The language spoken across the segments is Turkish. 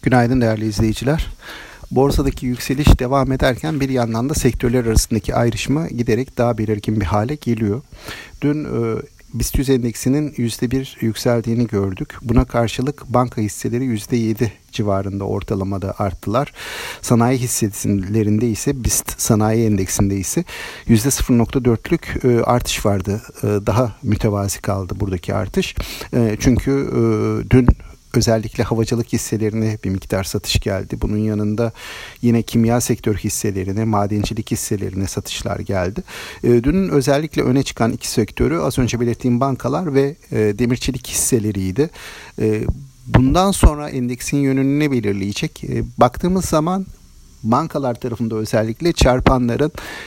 Günaydın değerli izleyiciler. Borsadaki yükseliş devam ederken bir yandan da sektörler arasındaki ayrışma giderek daha belirgin bir hale geliyor. Dün BIST 100 endeksinin %1 yükseldiğini gördük. Buna karşılık banka hisseleri %7 civarında ortalamada arttılar. Sanayi hisselerinde ise BIST sanayi endeksinde ise %0.4'lük artış vardı. Daha mütevazi kaldı buradaki artış. Çünkü dün özellikle havacılık hisselerine bir miktar satış geldi. Bunun yanında yine kimya sektör hisselerine, madencilik hisselerine satışlar geldi. Dün özellikle öne çıkan iki sektörü az önce belirttiğim bankalar ve demirçilik hisseleriydi. Bundan sonra endeksin yönünü ne belirleyecek? Baktığımız zaman bankalar tarafında özellikle çarpanların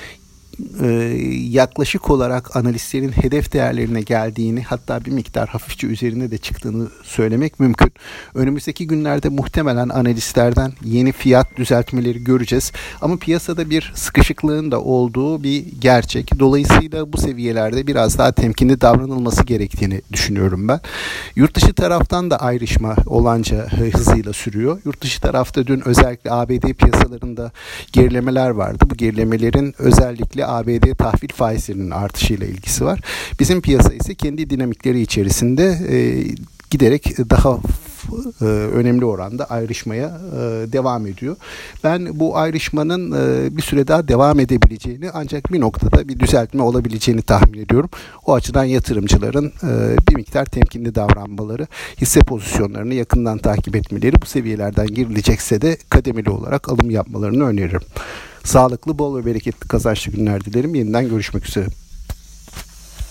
yaklaşık olarak analistlerin hedef değerlerine geldiğini, hatta bir miktar hafifçe üzerine de çıktığını söylemek mümkün. Önümüzdeki günlerde muhtemelen analistlerden yeni fiyat düzeltmeleri göreceğiz. Ama piyasada bir sıkışıklığın da olduğu bir gerçek. Dolayısıyla bu seviyelerde biraz daha temkinli davranılması gerektiğini düşünüyorum ben. Yurt dışı taraftan da ayrışma olanca hızıyla sürüyor. Yurt dışı tarafta dün özellikle ABD piyasalarında gerilemeler vardı. Bu gerilemelerin özellikle ABD tahvil faizlerinin artışıyla ilgisi var. Bizim piyasa ise kendi dinamikleri içerisinde giderek daha önemli oranda ayrışmaya devam ediyor. Ben bu ayrışmanın bir süre daha devam edebileceğini, ancak bir noktada bir düzeltme olabileceğini tahmin ediyorum. O açıdan yatırımcıların bir miktar temkinli davranmaları, hisse pozisyonlarını yakından takip etmeleri, bu seviyelerden girilecekse de kademeli olarak alım yapmalarını öneririm. Sağlıklı, bol ve bereketli, kazançlı günler dilerim. Yeniden görüşmek üzere.